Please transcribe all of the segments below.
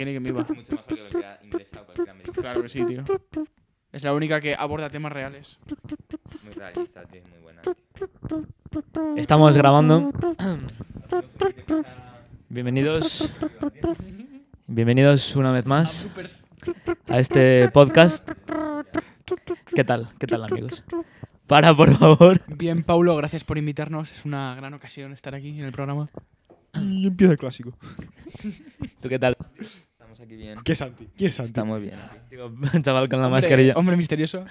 Que me iba. Es mucho mejor que lo que ha ingresado cualquier americano. Claro que sí, tío. Es la única que aborda temas reales. Muy realista, tío. Muy buena, tío. Estamos grabando. Bienvenidos. Bienvenidos una vez más a este podcast. ¿Qué tal? ¿Qué tal, amigos? Para, por favor. Bien, Paulo, gracias por invitarnos. Es una gran ocasión estar aquí en el programa. Y empieza el clásico. ¿Tú qué tal? Estamos aquí bien. ¿Qué es Santi? ¿Quién es Santi? Estamos bien. Digo, chaval con la mascarilla. Hombre misterioso.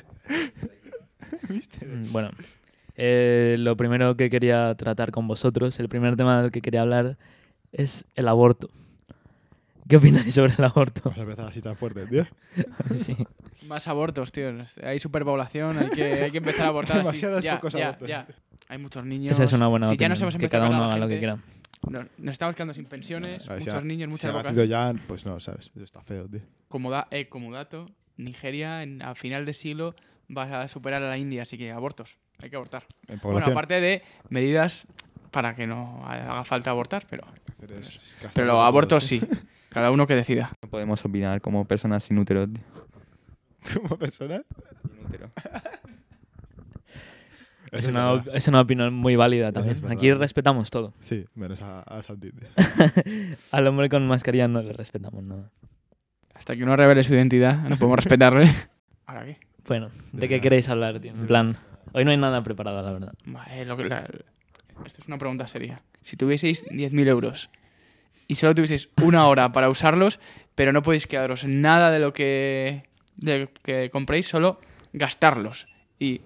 Bueno, lo primero que quería tratar con vosotros, el primer tema del que quería hablar es el aborto. ¿Qué opináis sobre el aborto? Vamos a empezar así tan fuerte, tío. Sí. Más abortos, tío. Hay superpoblación, hay que empezar a abortar así. Demasiados Ya, pocos ya, abortos. ya. Hay muchos niños. Esa es una buena Si ya opinión, nos hemos que empezado cada a uno cargar a haga la lo que gente, quiera. nos estamos quedando sin pensiones, A ver, muchos niños, si muchas ha bocas. nacido ya, pues no, ¿sabes? Eso está feo, tío. Como dato, Nigeria a final de siglo va a superar a la India, así que abortos. Hay que abortar. En Bueno, población. aparte de medidas para que no haga falta abortar, pero Pero los abortos sí. Cada uno que decida. No podemos opinar como personas sin útero, tío. ¿Como persona? Sin útero. Es una opinión muy válida también. es verdad. Aquí respetamos todo. Sí, menos a Santi, tío. Al hombre con mascarilla no le respetamos nada. Hasta que uno revele su identidad, no podemos respetarle. ¿Ahora qué? Bueno, ¿de qué queréis hablar, tío? En plan, hoy no hay nada preparado, la verdad. Vale, esto es una pregunta seria. Si tuvieseis 10.000 euros y solo tuvieseis una hora para usarlos, pero no podéis quedaros nada de lo que compréis, solo gastarlos y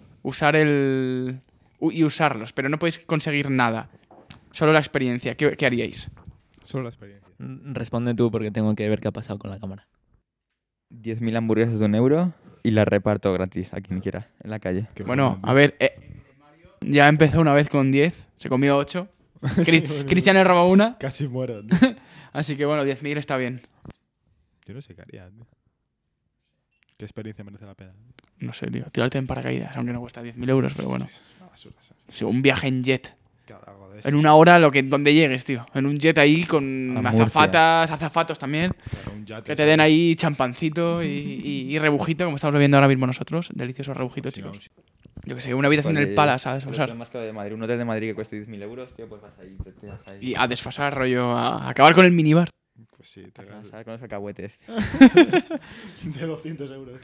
usarlos, pero no podéis conseguir nada. Solo la experiencia. ¿Qué haríais? Solo la experiencia. Responde tú porque tengo que ver qué ha pasado con la cámara. 10.000 hamburguesas de €1 y las reparto gratis a quien quiera en la calle. Qué Bueno, bueno, a ver, ya empezó una vez con 10, se comió 8. Cristiano robó una, Casi muero, tío. así que bueno, 10.000 está bien. Yo no sé qué haría, tío. ¿Qué experiencia merece la pena? No sé, tío, tirarte en paracaídas, aunque no cuesta 10.000 euros, pero bueno. Es una basura, ¿sabes? Sí, un viaje en jet. Claro, algo de eso. En una hora donde llegues, tío. En un jet ahí con A Murcia. azafatos también. Claro, un yate, Que te ¿sabes? den ahí champancito y rebujito, como estamos bebiendo ahora mismo nosotros. Delicioso rebujito, Si no, chicos. Yo que sé, una habitación en el Palace, ¿sabes? Lo Usar. más caro de Madrid. Un hotel de Madrid que cueste 10.000 euros, tío, pues vas ahí, te tiras ahí. Y a desfasar, rollo, a acabar con el minibar. Pues sí, te A gastas pasar con los alcahuetes. de 200 euros.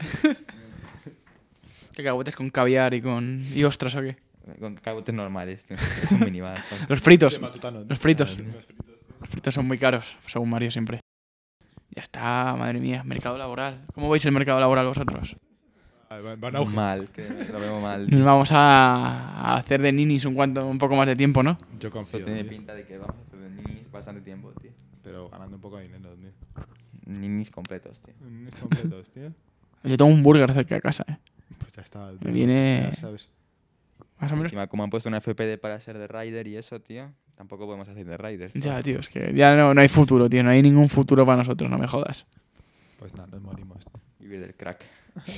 Que cacahuetes con caviar y ostras, ¿o qué? Con alcahuetes normales, tío. Es un minibar. ¿sabes? Los fritos. De matutano, tío. Los fritos. Los fritos. Los fritos son muy caros, según Mario siempre. Ya está, madre mía, mercado laboral. ¿Cómo veis el mercado laboral vosotros? Va en auge. Mal, que lo veo mal. Nos vamos a hacer de ninis un poco más de tiempo, ¿no? Yo Esto confío, tiene tío. pinta de que vamos a hacer de ninis bastante tiempo, tío. Pero ganando un poco de dinero, tío. Ninis completos, tío. Completos, tío. Yo tengo un burger cerca de casa, ¿eh? Pues ya está. Me viene- O sea, ¿sabes? Más o menos. Encima, como han puesto una FPD para ser de rider y eso, tío, tampoco podemos hacer de riders. Ya, ¿sabes? tío, es que ya no hay futuro, tío. No hay ningún futuro para nosotros, no me jodas. Pues nada, nos morimos, tío. Vivir del crack.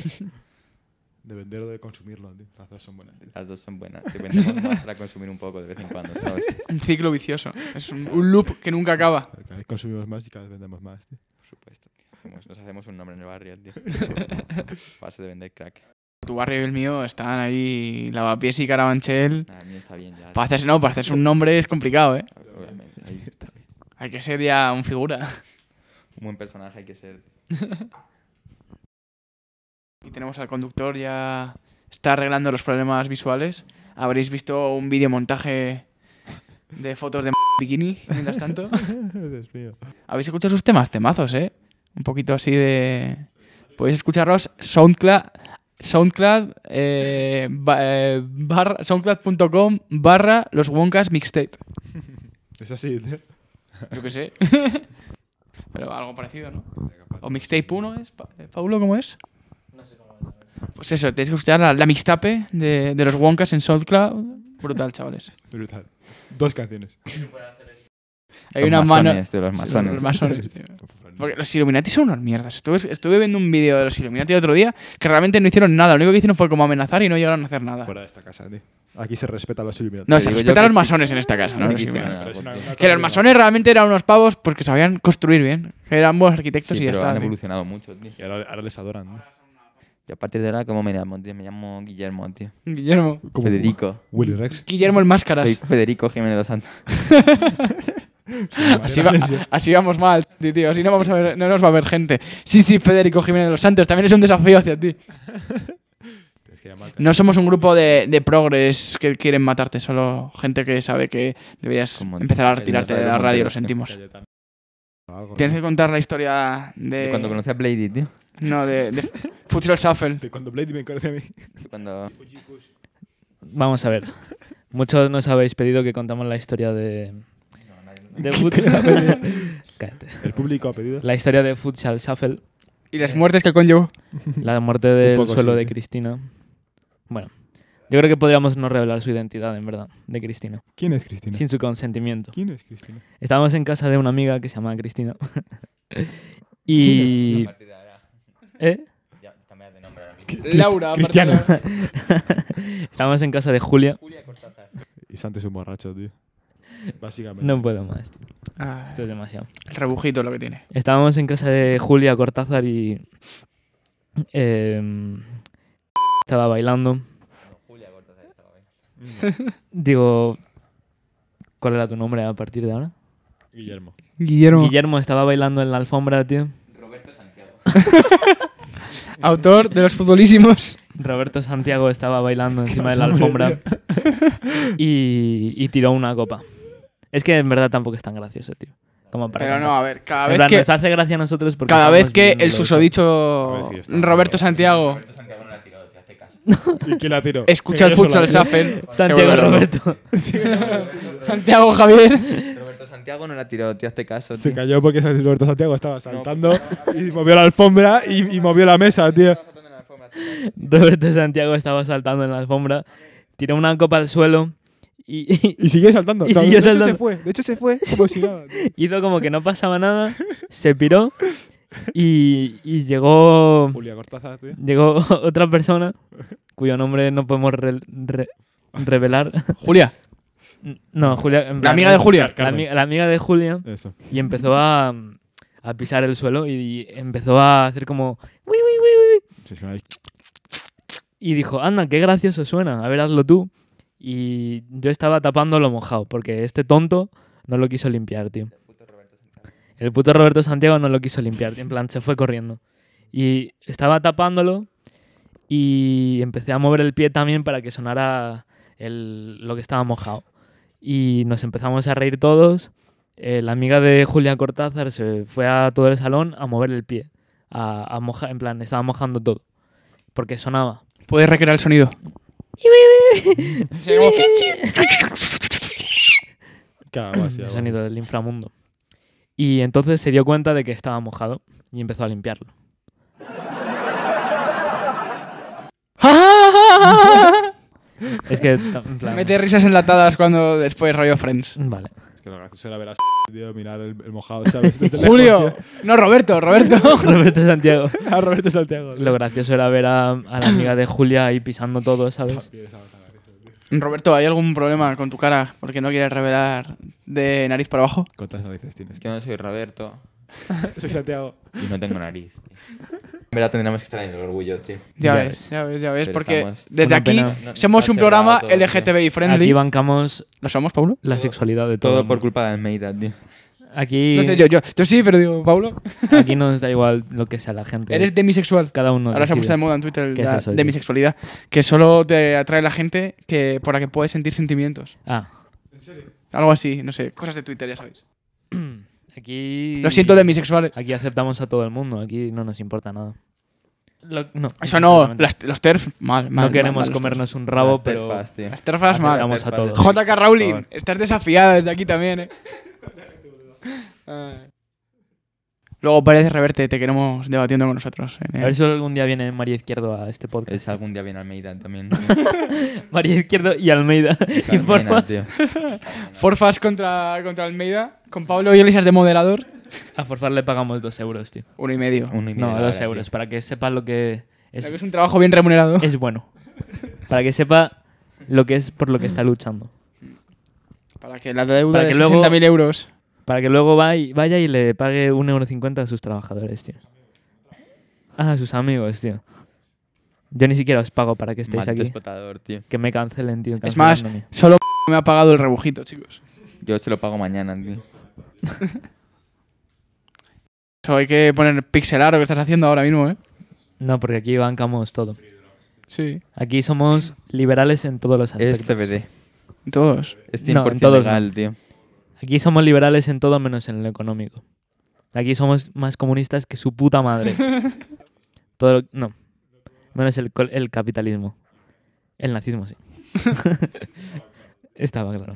De vender o de consumirlo, tío. Las dos son buenas, tío. Las dos son buenas. Te vendemos más para consumir un poco de vez en cuando, ¿sabes? Un ciclo vicioso. Es un loop que nunca acaba. Cada vez consumimos más y cada vez vendemos más, tío. Por supuesto, tío. Nos hacemos un nombre en el barrio, tío. Base de vender crack. Tu barrio y el mío están ahí, Lavapiés y Carabanchel. Nada, el mío está bien ya. Para hacerse un nombre es complicado, ¿eh? Obviamente. Ahí está. Hay que ser ya un figura. Un buen personaje hay que ser. Y tenemos al conductor, ya está arreglando los problemas visuales. Habréis visto un videomontaje de fotos de bikini, mientras tanto. Dios mío. ¿Habéis escuchado sus temas? Temazos, ¿eh? Un poquito así de... Podéis escucharlos soundcloud.com/los Wonkas mixtape. Es así, tío. Yo qué sé. Pero algo parecido, ¿no? ¿O mixtape 1 es? ¿Paulo cómo es? No sé cómo es. Pues eso, tenéis que escuchar la mixtape de los Wonkas en SoundCloud. Brutal, chavales. Brutal. 2 canciones. Hay una mano... Los masones, tío, los masones. Los masones, tío. Porque los Illuminati son unas mierdas. Estuve viendo un vídeo de los Illuminati el otro día que realmente no hicieron nada. Lo único que hicieron fue como amenazar y no llegaron a hacer nada. Fuera de esta casa, tío. Aquí se respeta a los Illuminati. No, se digo yo respetan a que los sí. masones en esta casa, ¿no? Sí, Los que Illuminati. hicieron Pero es algo, una tío. Que los masones realmente eran unos pavos pues que sabían construir bien. Que eran buenos arquitectos Sí, y ya pero está. han tío. evolucionado mucho, tío. Y ahora les adoran, ¿no? Y a partir de ahora, ¿cómo me llamo, tío? Me llamo Guillermo, tío. Guillermo. Como Federico. Willy Rex. Guillermo el Máscaras. Soy Federico Jiménez Los Santos. Así vamos mal, tío. Así no, vamos a ver, no nos va a ver gente. Sí, Federico Jiménez de los Santos. También es un desafío hacia ti. Tienes que llamarte. No somos un grupo de progres que quieren matarte. Solo gente que sabe que deberías Como empezar a Cayetano, retirarte de sabe la cómo radio. te Lo gusta. sentimos. Cayetano. Algo, Tienes ¿no? que contar la historia De cuando conocí a Blady, tío. No, de Futsal Shuffle. De cuando Blade me conoce a mí. Cuando... Vamos a ver. Muchos nos habéis pedido que contamos la historia de Cállate. El público ha pedido. La historia de Futsal Shuffle, Y las muertes que conllevó. la muerte del poco suelo sí. de Cristina. Bueno, yo creo que podríamos no revelar su identidad, en verdad, de Cristina, ¿Quién es Cristina? sin su consentimiento. ¿Quién es Cristina? Estábamos en casa de una amiga que se llama Cristina. Y... ¿Eh? Ya, cambiar de nombre ahora Laura. Cristiano. Estábamos en casa de Julia. Y Santi es un borracho, tío. Básicamente. No puedo más, tío. Ah, Esto es demasiado. el rebujito lo que tiene. Estábamos en casa de Julia Cortázar y... estaba bailando. Digo... ¿Cuál era tu nombre a partir de ahora? Guillermo. Guillermo estaba bailando en la alfombra, tío. Roberto Santiago. Autor de los futbolísimos. Roberto Santiago estaba bailando encima de la alfombra y tiró una copa. Es que en verdad tampoco es tan gracioso, tío. Como para Pero contar. no, a ver, cada En vez plan, que... nos hace gracia a nosotros porque Cada estamos vez que viviendo el lo de- susodicho A ver si está. Roberto Santiago Roberto Santiago no la tiró, tío, hazte caso. ¿Y quién la tiró? escucha el Que yo futsal sola- shuffle, se Santiago vuelve loco. Roberto. Santiago Javier. Roberto Santiago no la tiró, tío, hazte caso, Se tío. cayó porque Roberto Santiago estaba saltando y movió la alfombra y movió la mesa, tío. Roberto Santiago estaba saltando en la alfombra, tiró una copa al suelo y Y siguió saltando. Y No, siguió de hecho saltando. se fue. De hecho se fue como si nada, tío. hizo como que no pasaba nada, se piró y llegó Julia Cortázar, tío. otra persona cuyo nombre no podemos revelar. Julia. No, Julia. en La plan, amiga de es- Julia. La amiga de Julia. Eso. Y empezó a pisar el suelo y empezó a hacer como... "Ui, ui, ui, ui". Sí, suena ahí. Y dijo, anda, qué gracioso suena, a ver, hazlo tú. Y yo estaba tapando lo mojado, porque este tonto no lo quiso limpiar, tío. El puto Roberto Santiago no lo quiso limpiar, tío, en plan, se fue corriendo. Y estaba tapándolo y empecé a mover el pie también para que sonara lo que estaba mojado. Y nos empezamos a reír todos. La amiga de Julia Cortázar se fue a todo el salón a mover el pie. A mojar, en plan, estaba mojando todo. Porque sonaba. Puedes recrear el sonido. Claro, así, El algo. sonido del inframundo. Y entonces se dio cuenta de que estaba mojado y empezó a limpiarlo. Es que, en plan... Mete risas enlatadas cuando después rollo Friends. Vale. Es que lo gracioso era ver a tío, mirar el mojado, ¿sabes? Desde lejos, Julio. tío. No, Roberto. Roberto Santiago. A Roberto Santiago. tío. Lo gracioso era ver a la amiga de Julia ahí pisando todo, ¿sabes? También esa otra graciosa, tío. Roberto, ¿hay algún problema con tu cara porque no quieres revelar de nariz para abajo? ¿Cuántas narices tienes? Es que no soy Roberto Soy Santiago. y no tengo nariz. tío. En verdad tendríamos que estar en el orgullo, tío. Ya Ya ves, ya ves, ya ves. Pero Porque estamos- desde Una aquí pena. somos un Está programa cerrado todo, tío. LGTBI friendly. Aquí bancamos ¿Lo somos, Paulo? la sexualidad de todo. Todo el por mundo. culpa de Almeida, tío. Aquí, No sé, yo sí, pero digo, Paulo, aquí nos da igual lo que sea la gente. eres demisexual. Cada uno Ahora se ha decide. puesto de moda en Twitter ¿Qué es la eso, tío? demisexualidad. Que solo te atrae la gente por la que puedes sentir sentimientos. Ah, Algo así, no sé. Cosas de Twitter, ya sabéis. aquí... Lo siento, demisexuales. Aquí aceptamos a todo el mundo. Aquí no nos importa nada. No, Eso no, sinceramente. los TERFs, mal. No queremos mal, comernos un rabo, Las pero... terfas, tío. Las TERFas, mal. Aceptamos a todos. JK Rowling, Por favor. estás desafiada desde aquí también, Luego Pérez Reverte, te queremos debatiendo con nosotros. A ver si algún día viene María Izquierdo a este Es podcast. algún día bien Almeida también. María Izquierdo y Almeida. Y Carmena, Forfas. tío. Forfas contra Almeida, con Pablo Iglesias de moderador. A Forfas le pagamos 2 euros, tío. 1,5. 1,5 No, la 2 hora, euros, tío. para que sepa lo que Creo que es, es un trabajo bien remunerado. es bueno. Para que sepa lo que es por lo que está luchando. Para que la deuda Para de que luego- 60.000 euros. Para que luego vaya y le pague 1,50 € a sus trabajadores, tío. Ah, a sus amigos, tío. Yo ni siquiera os pago para que estéis Maldito aquí. explotador, tío. Que me cancelen, tío. Es más, cancelándome. solo me ha pagado el rebujito, chicos. Yo se lo pago mañana, tío. Eso hay que poner pixelar lo que estás haciendo ahora mismo, ¿eh? No, porque aquí bancamos todo. Sí. Aquí somos liberales en todos los Es aspectos. CBD. Todos. Es No, 100% en todos legal, tío. Aquí somos liberales en todo menos en lo económico. Aquí somos más comunistas que su puta madre. No. Menos el capitalismo. El nazismo, sí. Estaba claro.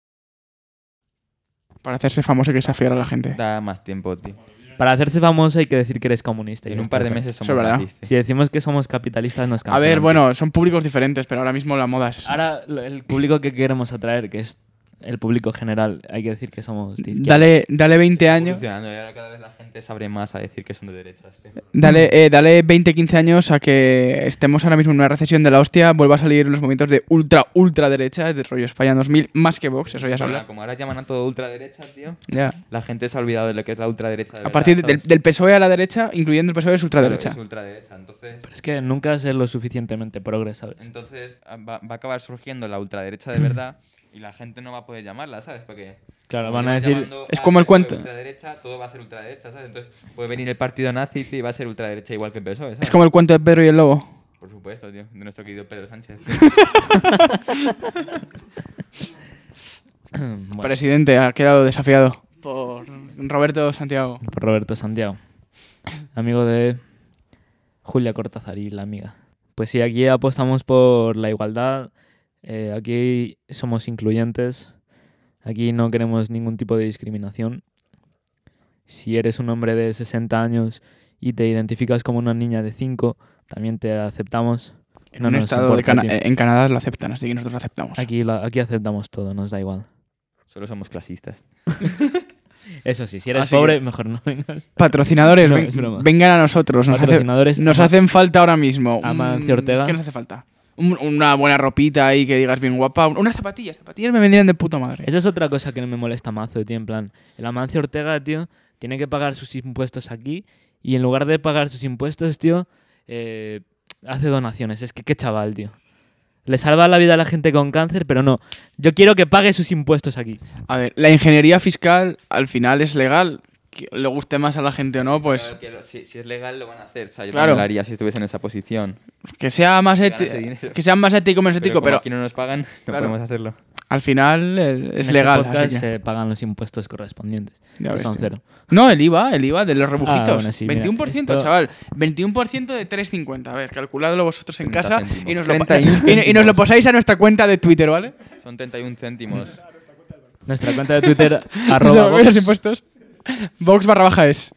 Para hacerse famoso hay que desafiar a la gente. Da más tiempo, tío. Para hacerse famoso hay que decir que eres comunista. y En ya un par de está, meses Eso somos es verdad. racistas. Si decimos que somos capitalistas nos A cancelan. ver, tío. bueno, son públicos diferentes, pero ahora mismo la moda es esa. Ahora el público que queremos atraer, que es el público general, hay que decir que somos de izquierdas. Dale 20 años. Evolucionando, y ahora cada vez la gente se abre más a decir que son de derechas, tío. Dale 20, 15 años a que estemos ahora mismo en una recesión de la hostia, vuelva a salir unos movimientos de ultra derecha, de rollo España 2000, más que Vox, eso ya se Bueno, habla. como ahora llaman a todo ultraderecha, tío, Ya. la gente se ha olvidado de lo que es la ultraderecha. De A partir verdad, del, ¿sabes? del PSOE a la derecha, incluyendo el PSOE, es Claro, ultraderecha. es ultraderecha. Entonces, Pero es que nunca es lo suficientemente progres, ¿sabes? va a acabar surgiendo la ultraderecha de verdad y la gente no va a poder llamarla, ¿sabes? Porque Claro, como van a llevan decir... llamando Es al como el PSOE cuento. ultraderecha, todo va a ser ultraderecha, ¿sabes? Entonces puede venir el partido nazi y va a ser ultraderecha igual que el PSOE, ¿sabes? Es como el cuento de Pedro y el Lobo. Por supuesto, tío, de nuestro querido Pedro Sánchez. Bueno, Presidente ha quedado desafiado por Roberto Santiago. por Roberto Santiago. Amigo de Julia Cortázar y la amiga. Pues sí, aquí apostamos por la igualdad. Aquí somos incluyentes. Aquí no queremos ningún tipo de discriminación. Si eres un hombre de 60 años y te identificas como una niña de 5, también te aceptamos. En No un nos estado importa, tío. en Canadá lo aceptan, así que nosotros lo aceptamos. Aquí aceptamos todo, nos da igual. Solo somos clasistas. Eso sí, si eres Así pobre, que- mejor no vengas. Patrocinadores, No, es broma. vengan a nosotros. Patrocinadores, Nos Ama- hacen falta ahora mismo. Amancio Ortega. ¿Qué nos hace falta? Una buena ropita ahí que digas bien guapa. Unas zapatillas. Zapatillas me vendrían de puta madre. Eso es otra cosa que no me molesta mazo, tío. En plan, el Amancio Ortega, tío, tiene que pagar sus impuestos aquí y en lugar de pagar sus impuestos, tío, hace donaciones. Es que qué chaval, tío. Le salva la vida a la gente con cáncer, pero no. Yo quiero que pague sus impuestos aquí. A ver, la ingeniería fiscal al final es legal. Que le guste más a la gente o no, pues Claro que si es legal lo van a hacer. O sea, yo Claro. también lo haría si estuviese en esa posición. que sea más Ganas ético, de dinero. que sea más ético, menos ético, Como pero aquí no nos pagan, no Claro. podemos hacerlo. al final En es este legal. podcast Así que, se pagan los impuestos correspondientes, ya que ves, son tío. 0. No, el IVA de los rebujitos. bueno, sí, mira, 21%, esto- chaval. 21% de 3,50. A ver, calculadlo vosotros en 30 casa céntimos. y nos, lo, 31 y nos lo posáis a nuestra cuenta de Twitter, ¿vale? Son 31 céntimos. Nuestra cuenta de Twitter, Nos arroba devolvéis los Vox. impuestos. Vox _es.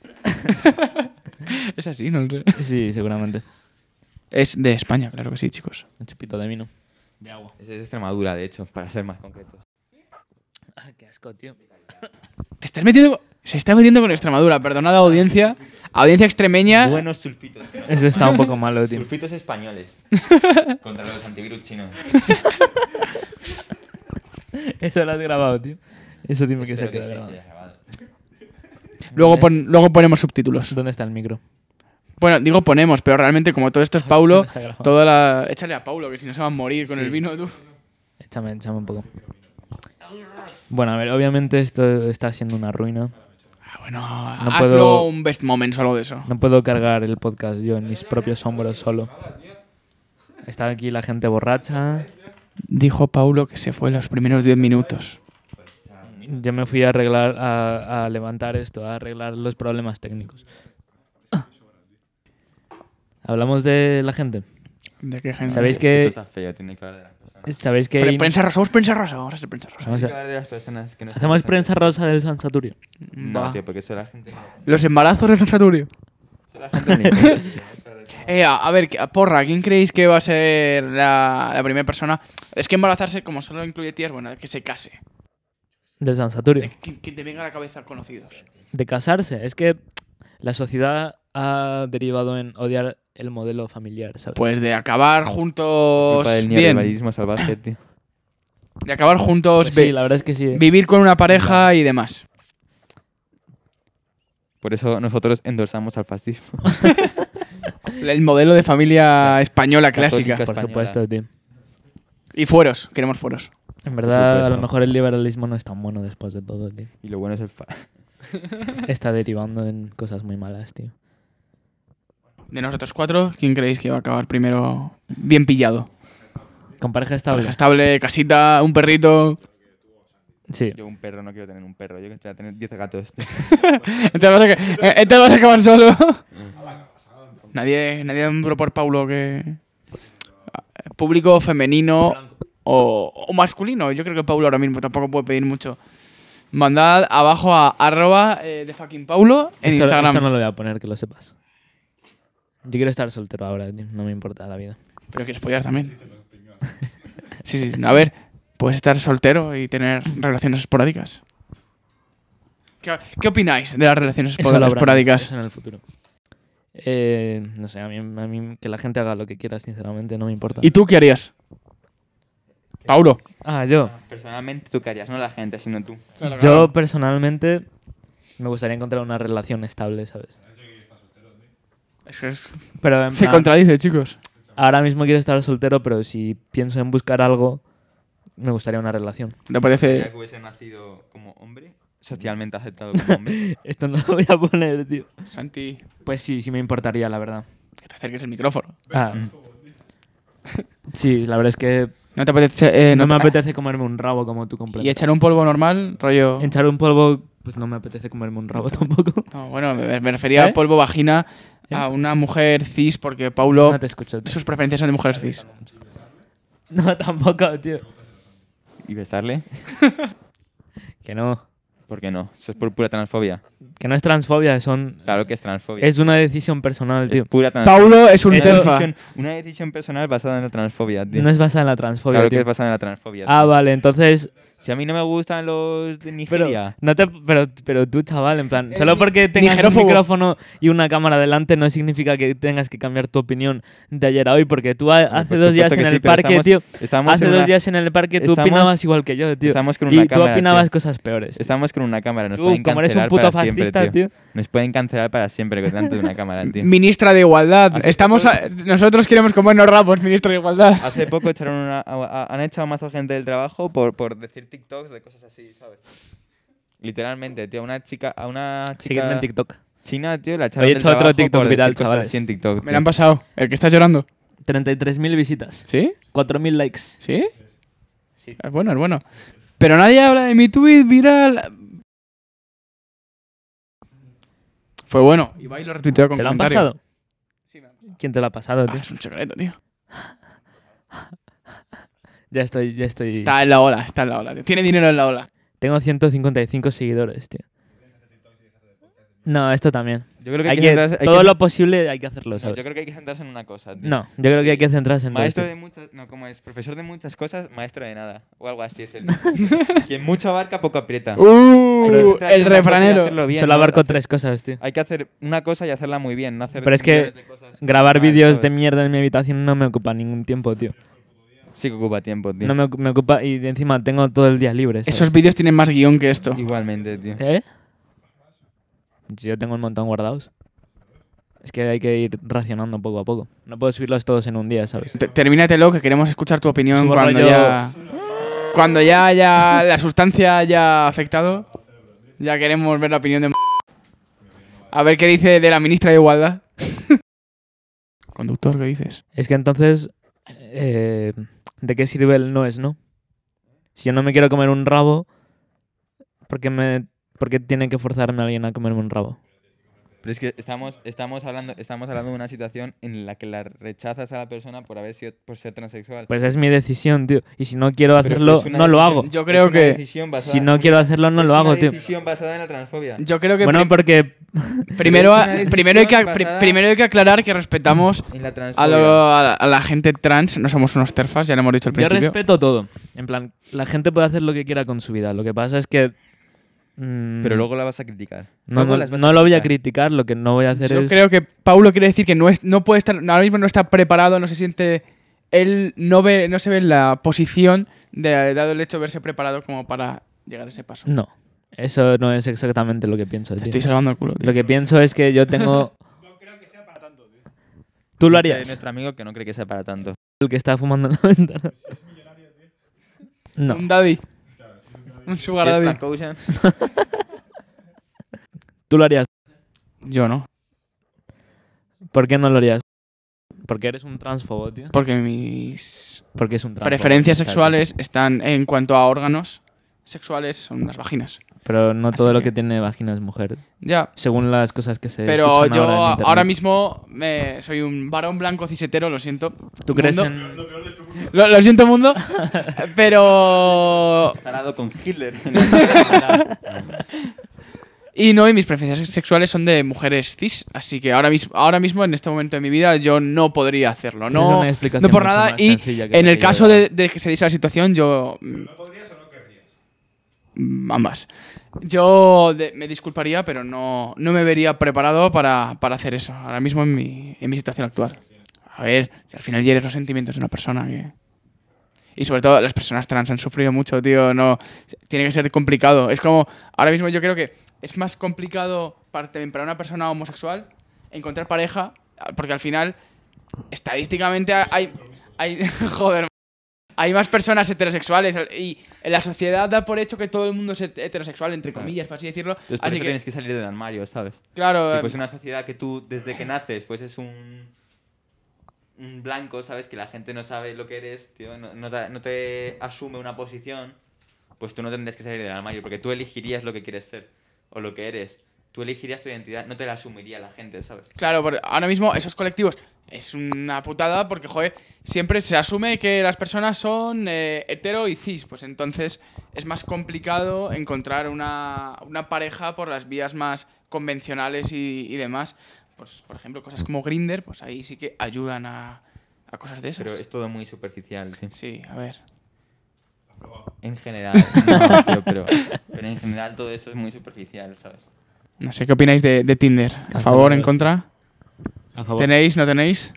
Es así, no lo sé. Sí, seguramente. Es de España, claro que sí, chicos. Un chupito de vino. De agua. Es de Extremadura, de hecho, para ser más concretos. Ah, qué asco, tío. Te estás metiendo. Se está metiendo con Extremadura, perdonad audiencia. Audiencia extremeña. Buenos sulfitos. Eso está un poco malo, tío. Sulfitos españoles. Contra los antivirus chinos. Eso lo has grabado, tío. Eso dime que se ha Espero quedado sí grabado. se haya grabado. Luego ponemos subtítulos. ¿Dónde está el micro? Bueno, digo ponemos, pero realmente como todo esto es Paulo, Se ha grabado. toda la. Échale a Paulo, que si no se va a morir con Sí. el vino, tú. Échame un poco. Bueno, a ver, obviamente esto está siendo una ruina. Ah, bueno, No hazlo puedo- un best moments o algo de eso. No puedo cargar el podcast yo en mis propios hombros solo. Está aquí la gente borracha. Dijo Paulo que se fue los primeros 10 minutos. Yo me fui a arreglar, a levantar esto, a arreglar los problemas técnicos. ¿Hablamos de la gente? ¿De qué género? ¿Sabéis Eso que, está feo, tiene que hablar de las personas. ¿sabéis que Prensa rosa, somos prensa rosa, vamos a hacer prensa rosa. Vamos Tiene a- que hablar de las personas que no están hacemos presentes. prensa rosa del San Saturio? No, Va. tío, porque eso la gente no... Los embarazos del Saturio. Eso la gente ni... A ver, porra, ¿quién creéis que va a ser la primera persona? Es que embarazarse, como solo incluye tías, bueno, que se case. Del San Saturio. Que te venga a la cabeza conocidos. De casarse. Es que la sociedad ha derivado en odiar el modelo familiar, ¿sabes? Pues de acabar juntos Culpa del bien. neoliberalismo salvaje, tío. De acabar juntos, Pues sí, la verdad es que sí. vivir con una pareja y demás. Por eso nosotros endorsamos al fascismo. El modelo de familia española clásica. Católica. Por española. supuesto, tío. Y fueros, queremos fueros. En verdad, a lo supuesto. mejor el liberalismo no es tan bueno después de todo, tío. Y lo bueno es el Está derivando en cosas muy malas, tío. De nosotros cuatro, ¿quién creéis que va a acabar primero bien pillado? Con pareja estable. Pareja estable, casita, un perrito. Sí. Yo un perro, no quiero tener un perro. Yo que voy a tener 10 gatos. tío. Entonces vas a acabar solo. Nadie nombró por Paulo que... Público femenino o masculino. Yo creo que Paulo ahora mismo tampoco puede pedir mucho. Mandad abajo a @thefuckingpaulo en Esto Instagram. no lo voy a poner, que lo sepas. Yo quiero estar soltero ahora, tío. No me importa la vida. Pero quieres follar también. Sí. A ver, puedes estar soltero y tener relaciones esporádicas. ¿Qué opináis de las relaciones Eso lo habrá esporádicas? en el futuro. No sé, a mí que la gente haga lo que quiera, sinceramente, no me importa. ¿Y tú qué harías? Paulo. Ah, yo. Personalmente tú qué harías, no la gente, sino tú. Yo personalmente me gustaría encontrar una relación estable, ¿sabes? Pero en Se plan, contradice, chicos. ahora mismo quiero estar soltero, pero si pienso en buscar algo, me gustaría una relación. ¿Te ¿Sería parece? que hubiese nacido como hombre? Socialmente aceptado como hombre. Esto no lo voy a poner, tío. Santi, Pues sí me importaría, la verdad. que te acerques el micrófono. Ah. Sí, la verdad es que ¿No te apetece? no me te- apetece comerme un rabo como tú completo. ¿Y echar un polvo normal, rollo? Echar un polvo, pues no me apetece comerme un rabo tampoco. No, bueno, me refería a polvo vagina a una mujer cis, porque Paulo, No te escucho, tío. sus preferencias son de mujeres cis. No, tampoco, tío. ¿Y besarle? Que no. ¿Por qué no? Eso es por pura transfobia. Que no es transfobia, Claro que es transfobia. es una decisión personal, tío. Es pura transfobia. Paulo es un Eso- telfa. Una decisión personal basada en la transfobia, tío. No es basada en la transfobia, Claro que tío. es basada en la transfobia. Ah, tío. vale, entonces... Si a mí no me gustan los de Pero, Nigeria. no te, pero tú, chaval, en plan, solo porque tengas un nigerófobo. micrófono y una cámara delante no significa que tengas que cambiar tu opinión de ayer a hoy, porque tú hace por 2 días supuesto en que el sí, pero parque, estamos- tío, estamos hace en 2 una- días en el parque tú estamos- opinabas igual que yo, tío. Estamos con una Y tú cámara, opinabas tío. cosas peores. tío. Estamos con una cámara. Nos Tú, pueden como eres un cancelar puto para siempre, fascista, tío. Nos pueden cancelar para siempre con tanto de una cámara, tío. Ministra de Igualdad. Hace Estamos poco- nosotros queremos comernos rabos, ministro de Igualdad. Hace poco han echado mazo gente del trabajo por decir TikToks de cosas así, ¿sabes? Literalmente, tío, a una chica Seguidme en TikTok. china, tío, la echaron Hoy he del hecho otro trabajo TikTok por viral, decir cosas chavales. así en TikTok, Me tío. lo han pasado. ¿El que está llorando? 33.000 visitas. ¿Sí? 4.000 likes. ¿Sí? Es bueno, es bueno. Pero nadie habla de mi tweet viral. Fue bueno. Ibai lo retuiteó con ¿Te lo han comentario. pasado? Sí, me lo han pasado. ¿Quién te lo ha pasado, tío? Es un secreto, tío. Ya estoy... Está en la ola, tío. Tiene dinero en la ola. Tengo 155 seguidores, tío. No, esto también. Yo creo que Hay hay que, centrarse- hay todo que- lo posible hay que hacerlo, No, ¿sabes? yo creo que hay que centrarse en una cosa, tío. No, yo creo que hay que centrarse en todo Maestro esto. de muchas... No, ¿cómo es? Profesor de muchas cosas, maestro de nada. O algo así es el... Quien mucho abarca, poco aprieta. Hay que centrarse El en una cosa y refranero. hacerlo bien, Solo ¿no? abarco 3 cosas, tío. Hay que hacer una cosa y hacerla muy bien, no hacer Pero es que millones de cosas grabar mal, vídeos de ¿sabes? mierda en mi habitación no me ocupa ningún tiempo, tío. Sí que ocupa tiempo, tío. No me ocupa y encima tengo todo el día libre, ¿sabes? Esos vídeos tienen más guión que esto. Igualmente, tío. ¿Eh? Yo tengo un montón guardados. Es que hay que ir racionando poco a poco. No puedo subirlos todos en un día, ¿sabes? Termínatelo, que queremos escuchar tu opinión Subo cuando rollo- ya... Cuando ya haya la sustancia haya afectado. Ya queremos ver la opinión de... A ver qué dice de la ministra de Igualdad. Conductor, ¿qué dices? Es que entonces, ¿de qué sirve el no es no? Si yo no me quiero comer un rabo, ¿por qué tiene que forzarme a alguien a comerme un rabo? Pero es que estamos hablando de una situación en la que la rechazas a la persona por ser transexual. Pues es mi decisión, tío. Y si no quiero Pero hacerlo, es una no lo decisión- hago. Yo creo es una que decisión basada Si no quiero hacerlo, no lo hago, tío. Es una decisión basada en la transfobia. Yo creo que Bueno, porque primero, es una decisión basada primero hay que aclarar que respetamos En la a, transfobia. a la gente trans, no somos unos terfas, ya lo hemos dicho al yo principio. respeto todo. En plan, la gente puede hacer lo que quiera con su vida. Lo que pasa es que... Pero luego la vas a criticar. No, Luego no, las vas no lo voy a criticar. criticar, lo que no voy a hacer Yo es... creo que Paulo quiere decir que no puede estar, ahora mismo no está preparado, no se siente, él no se ve en la posición dado el hecho de verse preparado como para llegar a ese paso. No, eso no es exactamente lo que pienso, Te tío. estoy salvando el culo, tío. Lo que pienso es que yo tengo... No creo que sea para tanto, tío. ¿Tú lo Dice harías? nuestro amigo que no cree que sea para tanto. El que está fumando en la ventana. No. Un daddy. Un sugar Si es daddy. Frank Ocean, ¿Tú lo harías? Yo no. ¿Por qué no lo harías? Porque eres un transfobo, tío. Porque mis Porque es un transfobo. preferencias Exacto. sexuales están en cuanto a órganos sexuales, son las vaginas. Pero no Así todo lo que- que tiene vagina es mujer. Ya. Según las cosas que se Pero escuchan yo ahora en internet. ahora mismo soy un varón blanco cisetero, lo siento. ¿Tú crees mundo. en...? Lo siento, mundo. Pero. está al lado con Hitler. Y no, y mis preferencias sexuales son de mujeres cis. Así que ahora mismo, en este momento de mi vida, yo no podría hacerlo. Esa es No, una explicación no por mucho nada. más Y sencilla que en la el que yo caso he dado. de que se diese la situación, yo. ¿No podrías o no querrías? Ambas. Yo me disculparía, pero no me vería preparado para hacer eso. Ahora mismo en mi situación actual. A ver, si al final hieres los sentimientos de una persona que... Y sobre todo las personas trans han sufrido mucho, tío. No, tiene que ser complicado. Es como, ahora mismo yo creo que es más complicado para una persona homosexual encontrar pareja, porque al final, estadísticamente hay joder, hay más personas heterosexuales y en la sociedad da por hecho que todo el mundo es heterosexual, entre comillas, por así decirlo. Entonces por Así eso que, tienes que salir del armario, ¿sabes? claro, Si fuese una sociedad que tú, desde que naces, fueses un blanco, ¿sabes? Que la gente no sabe lo que eres, tío, no te asume una posición, pues tú no tendrías que salir del armario, porque tú elegirías lo que quieres ser, o lo que eres. Tú elegirías tu identidad, no te la asumiría la gente, ¿sabes? claro, ahora mismo esos colectivos es una putada porque, joder, siempre se asume que las personas son hetero y cis. Pues entonces es más complicado encontrar una pareja por las vías más convencionales y demás. Pues, por ejemplo, cosas como Grindr, pues ahí sí que ayudan a cosas de esas. Pero es todo muy superficial, tío. Sí, a ver. En general, no, tío, pero en general todo eso es muy superficial, ¿sabes? No sé, ¿qué opináis de Tinder? ¿A Cancelado favor, en esto. contra? A favor. ¿Tenéis, no tenéis?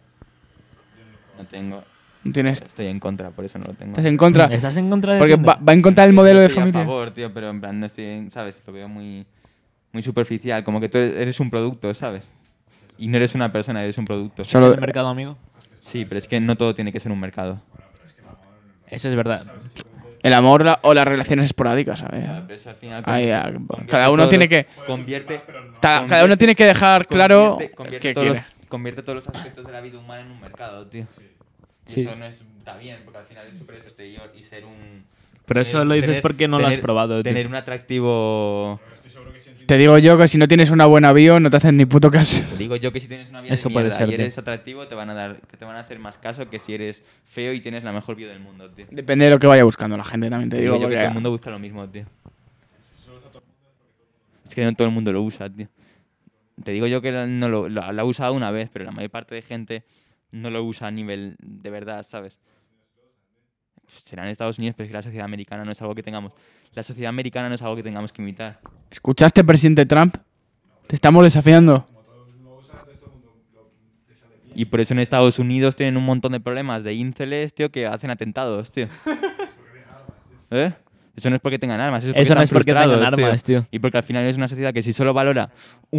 No tengo... ¿No tienes? Estoy en contra, por eso no lo tengo. ¿Estás en contra? ¿Estás en contra de Porque Tinder? va en contra del modelo de Estoy familia. a favor, tío, pero en plan no estoy, ¿sabes? Lo veo muy superficial, como que tú eres un producto, ¿sabes? Y no eres una persona, eres un producto. ¿Es Solo- el mercado, amigo? Sí, pero es que no todo tiene que ser un mercado. Eso es verdad. El amor o las relaciones esporádicas, a ver. Pero eso al final Ahí, convierte cada uno todo- tiene que... Convierte, Cada uno tiene que dejar claro convierte que todos quiere. convierte todos los aspectos de la vida humana en un mercado, tío. Y Sí. eso no está bien, porque al final es súper exterior y ser un... Pero eso lo dices porque no lo has probado, tío. Tener un atractivo... Te digo yo que si no tienes una buena bio, no te hacen ni puto caso. Te digo yo que si tienes una vida Eso de puede mierda ser, y tío. eres atractivo, te van a hacer más caso que si eres feo y tienes la mejor bio del mundo, tío. Depende de lo que vaya buscando la gente, también te Te digo. digo yo que Porque... todo el mundo busca lo mismo, tío. Es que no todo el mundo lo usa, tío. Te digo yo que no lo ha usado una vez, pero la mayor parte de gente no lo usa a nivel de verdad, ¿sabes? Será en Estados Unidos, pero es que la sociedad americana no es algo que tengamos. La sociedad americana no es algo que tengamos que imitar. ¿Escuchaste, presidente Trump? Te estamos desafiando. Y por eso en Estados Unidos tienen un montón de problemas de ínceles, tío, que hacen atentados, tío. ¿Eh? Eso no es porque tengan armas, eso Eso no es porque están tengan frustrados, armas, tío. Y porque al final es una sociedad que si solo valora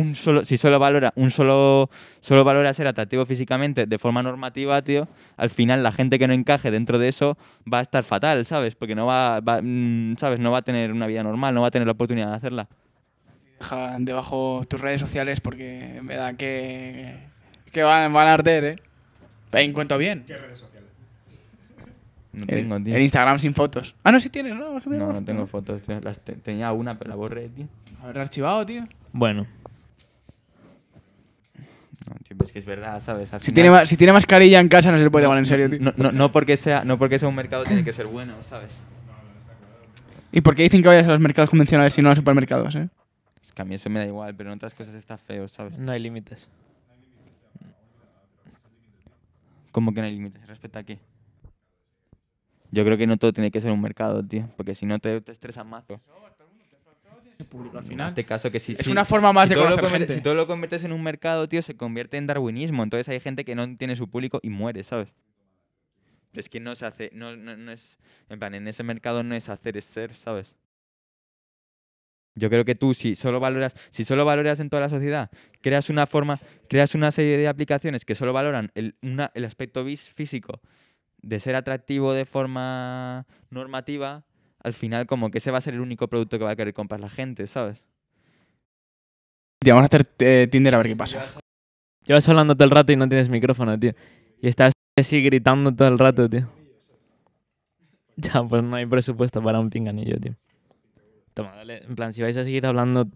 ser atractivo físicamente de forma normativa, tío, al final la gente que no encaje dentro de eso va a estar fatal, ¿sabes? Porque ¿sabes? No va a tener una vida normal, no va a tener la oportunidad de hacerla. Deja debajo tus redes sociales porque me da que van a arder, ¿eh? En cuanto bien. ¿Qué redes sociales? No tengo, tío. En Instagram sin fotos. Ah, no, sí tienes, ¿no? No tengo fotos, tío. Tenía una, pero la borré, tío. Haber archivado, tío. Bueno. Pues que es verdad, ¿sabes? Al Si final- tiene mascarilla en casa no se le puede tomar en serio, tío. No porque sea un mercado tiene que ser bueno, ¿sabes? ¿Y por qué dicen que vayas a los mercados convencionales y no a los supermercados, eh? Es que a mí eso me da igual, pero en otras cosas está feo, ¿sabes? No hay límites. ¿Cómo que no hay límites? ¿Respecto a qué? Yo creo que no todo tiene que ser un mercado, tío. Porque si no te estresas mazo. Público al En final. este caso que sí. Es una forma más de todo conocer conviertes- gente. Si todo lo conviertes en un mercado, tío, se convierte en darwinismo. Entonces hay gente que no tiene su público y muere, ¿sabes? Pero es que no se hace. No es. En plan, en ese mercado no es hacer, es ser, ¿sabes? Yo creo que tú, si solo valoras en toda la sociedad, creas una serie de aplicaciones que solo valoran el aspecto físico de ser atractivo de forma normativa, al final como que ese va a ser el único producto que va a querer comprar la gente, ¿sabes? Tío, vamos a hacer Tinder a ver qué pasa. Llevas hablando todo el rato y no tienes micrófono, tío. Y estás así gritando todo el rato, tío. Ya, pues no hay presupuesto para un pinganillo, tío. Toma, dale. En plan, si vais a seguir hablando...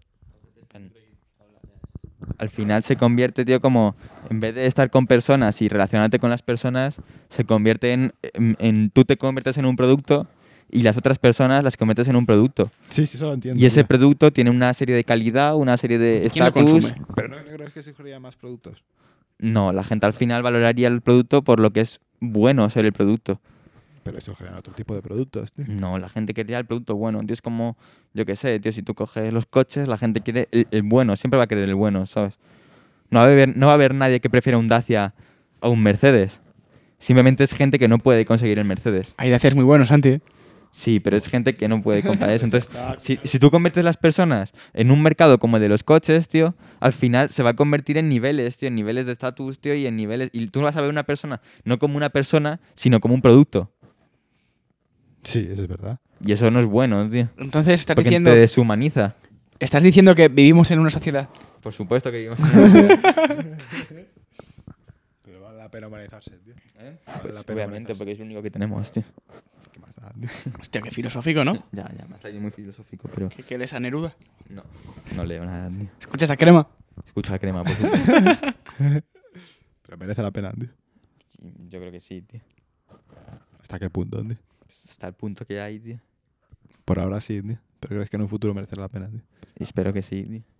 Al final se convierte, tío, como en vez de estar con personas y relacionarte con las personas, se convierte en tú te conviertes en un producto y las otras personas las conviertes en un producto. Sí, eso lo entiendo. Y ese tío. producto tiene una serie de calidad, una serie de ¿Quién lo estatus. consume? Pero no crees que se surgiría más productos. No, la gente al final valoraría el producto por lo que es bueno ser el producto. Pero eso genera otro tipo de productos, tío. No, la gente quería el producto bueno. Tío, es como, yo qué sé, tío, si tú coges los coches, la gente quiere el bueno, siempre va a querer el bueno, ¿sabes? No va a haber nadie que prefiera un Dacia a un Mercedes. Simplemente es gente que no puede conseguir el Mercedes. Hay de hacer muy bueno, Santi. Sí, pero es gente que no puede comprar eso. Entonces, si tú conviertes las personas en un mercado como el de los coches, tío, al final se va a convertir en niveles, tío, en niveles de estatus, tío, y en niveles... Y tú vas a ver una persona no como una persona, sino como un producto. Sí, eso es verdad. Y eso no es bueno, tío. Entonces Porque te deshumaniza. estás diciendo que vivimos en una sociedad. Por supuesto que vivimos en una sociedad. Pero vale la pena humanizarse, tío. ¿Eh? Vale Pues la pena obviamente, humanizarse. porque es lo único que tenemos, tío. ¿Qué más da, tío? Hostia, qué filosófico, ¿no? Ya, me ha salido muy filosófico, pero Que lees a Neruda. no leo nada, tío. ¿Escuchas a Crema? Escucha crema, por supuesto. Pero merece la pena, tío. Yo creo que sí, tío. ¿Hasta qué punto, tío? Hasta el punto que hay, tío. Por ahora sí, tío. Pero crees que en un futuro merecerá la pena, tío. Y espero que sí, tío.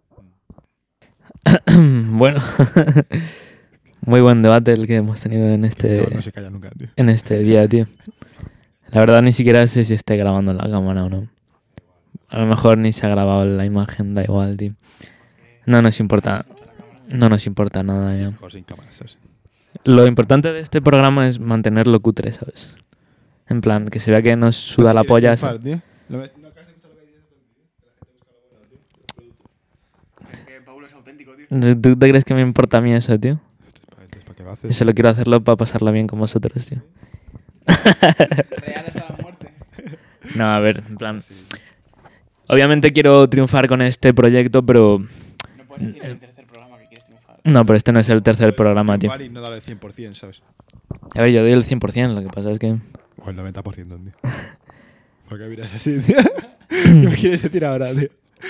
Bueno. Muy buen debate el que hemos tenido en Esto no se calla nunca, tío. en este día, tío. La verdad ni siquiera sé si esté grabando la cámara o no. A lo mejor ni se ha grabado la imagen, da igual, tío. No nos importa. No nos importa nada ya. Mejor sin cámaras, ¿sabes? Lo importante de este programa es mantenerlo cutre, ¿sabes? En plan, que se vea que nos suda Pues la si polla. quieres triunfar, tío. ¿No acabas de escuchar lo que dices Que Paulo es auténtico, tío. ¿Tú te crees que me importa a mí eso, tío? Entonces, ¿para qué lo haces? Yo solo quiero hacerlo para pasarlo bien con vosotros, tío. Real hasta la muerte. No, a ver, en plan... Obviamente quiero triunfar con este proyecto, pero... No puedes decir en el tercer programa que quieres triunfar. No, pero este no es el tercer programa, tío. Igual y no darle el 100%, ¿sabes? A ver, yo doy el 100%, lo que pasa es que... O el 90%, tío. ¿Por qué miras así, tío? ¿Qué me quieres decir ahora, tío?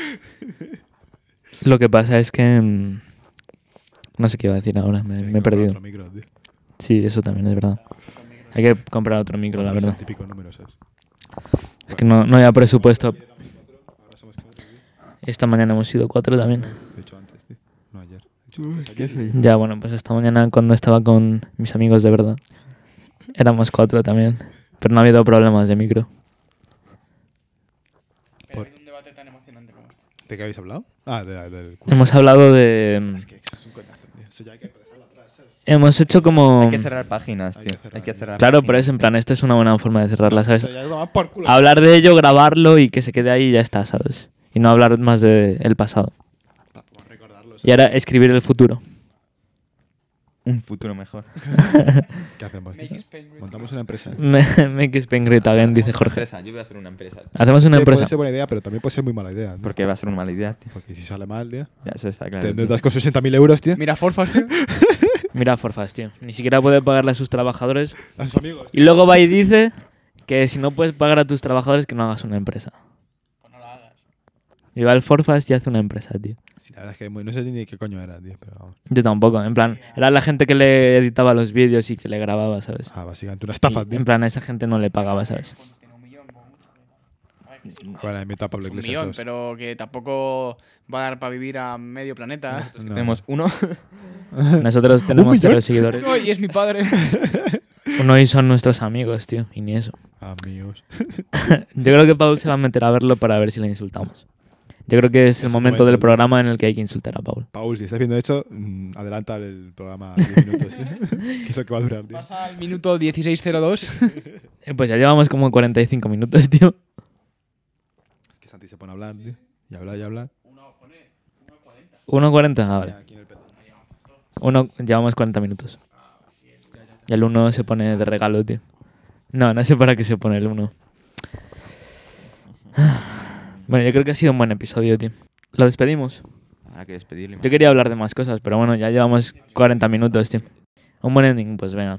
Lo que pasa es que... No sé qué iba a decir ahora, me he Tienes que comprar perdido. otro micro, tío. Sí, eso también es verdad. Hay que comprar otro micro, la No es el verdad. típico número, ¿sabes? Es que no había presupuesto. Ahora somos 4, tío. Esta mañana hemos sido 4 también. De hecho, antes, tío. No ayer. De hecho, antes, ayer. Ya, bueno, pues esta mañana cuando estaba con mis amigos de verdad, éramos 4 también. Pero no ha habido problemas de micro. Pero ha habido un debate tan emocionante como este. ¿De qué habéis hablado? Ah, del curso. Hemos hablado de... Es que eso es un coñazo, tío. Eso ya hay que dejarlo atrás, ¿sabes? Hemos hecho como... Hay que cerrar páginas, Hay tío. que Hay que cerrar. cerrar Claro, pero páginas, es en tío. plan, esta es una buena forma de cerrarla, ¿sabes? Eso ya es tomar por culo. Hablar de ello, grabarlo y que se quede ahí y ya está, ¿sabes? Y no hablar más del pasado. Vamos a recordarlo, Y ¿sabes? ahora escribir el futuro. Un futuro mejor. ¿Qué hacemos, tío? Make Spain great. Montamos una empresa. Make Spain great again, dice Hacemos una Jorge. empresa. Yo voy a hacer una empresa. Hacemos una Es que puede empresa. ser buena idea, pero también puede ser muy mala idea, tío. Porque va a ser una mala idea, tío. Porque si sale mal, tío. Ya, eso está claro. Te tío. endeudas con 60.000 euros, tío. Mira, Forfas, tío. Mira Forfas, tío. Ni siquiera puede pagarle a sus trabajadores. A sus amigos. Y luego va y dice que si no puedes pagar a tus trabajadores, que no hagas una empresa. Pues no la hagas. Y va al Forfast y hace una empresa, tío. Sí, la verdad es que no sé ni qué coño era, tío, pero vamos. Yo tampoco, en plan, era la gente que le editaba los vídeos y que le grababa, ¿sabes? Ah, básicamente una estafa, Y, tío. en plan, a esa gente no le pagaba, ¿sabes? Bueno, invito a Pablo Es un Iglesias. millón, ¿sabes? pero que tampoco va a dar para vivir a medio planeta. No. Tenemos uno. Nosotros tenemos millón? 0 seguidores. No, y es mi padre. Uno y son nuestros amigos, tío, y ni eso. Amigos. Yo creo que Paul se va a meter a verlo para ver si le insultamos. Yo creo que es el Es el momento del momento, tío. programa en el que hay que insultar a Paul. Paul, si estás viendo esto, adelanta el programa a 10 minutos, tío. Que es lo que va a durar, tío. Pasa al minuto 16:02. Pues ya llevamos como 45 minutos, tío. Que Santi se pone a hablar, tío. Y hablar y hablar. 1:40, ah, vale. Aquí en el peto. Llevamos 40 minutos. Y el 1 se pone de regalo, tío. No sé para qué se pone el 1. Bueno, yo creo que ha sido un buen episodio, tío. Lo despedimos. Habrá que despedirle. Yo quería hablar de más cosas, pero bueno, ya llevamos 40 minutos, tío. Un buen ending, pues venga.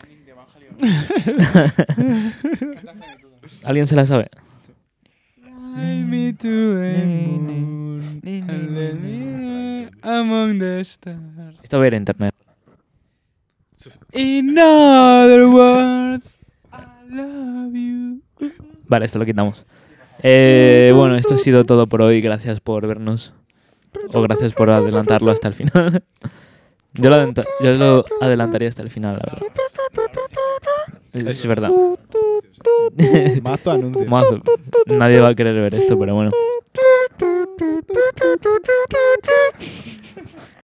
¿Alguien se la sabe? Among the stars. Esto va a ir a internet. In other words, I love you. Vale, esto lo quitamos. Bueno, esto ha sido todo por hoy. Gracias por vernos. O gracias por adelantarlo hasta el final. Yo lo adelantaría hasta el final, la verdad. Es verdad. Mazo anuncio. Mazo. Nadie va a querer ver esto, pero bueno.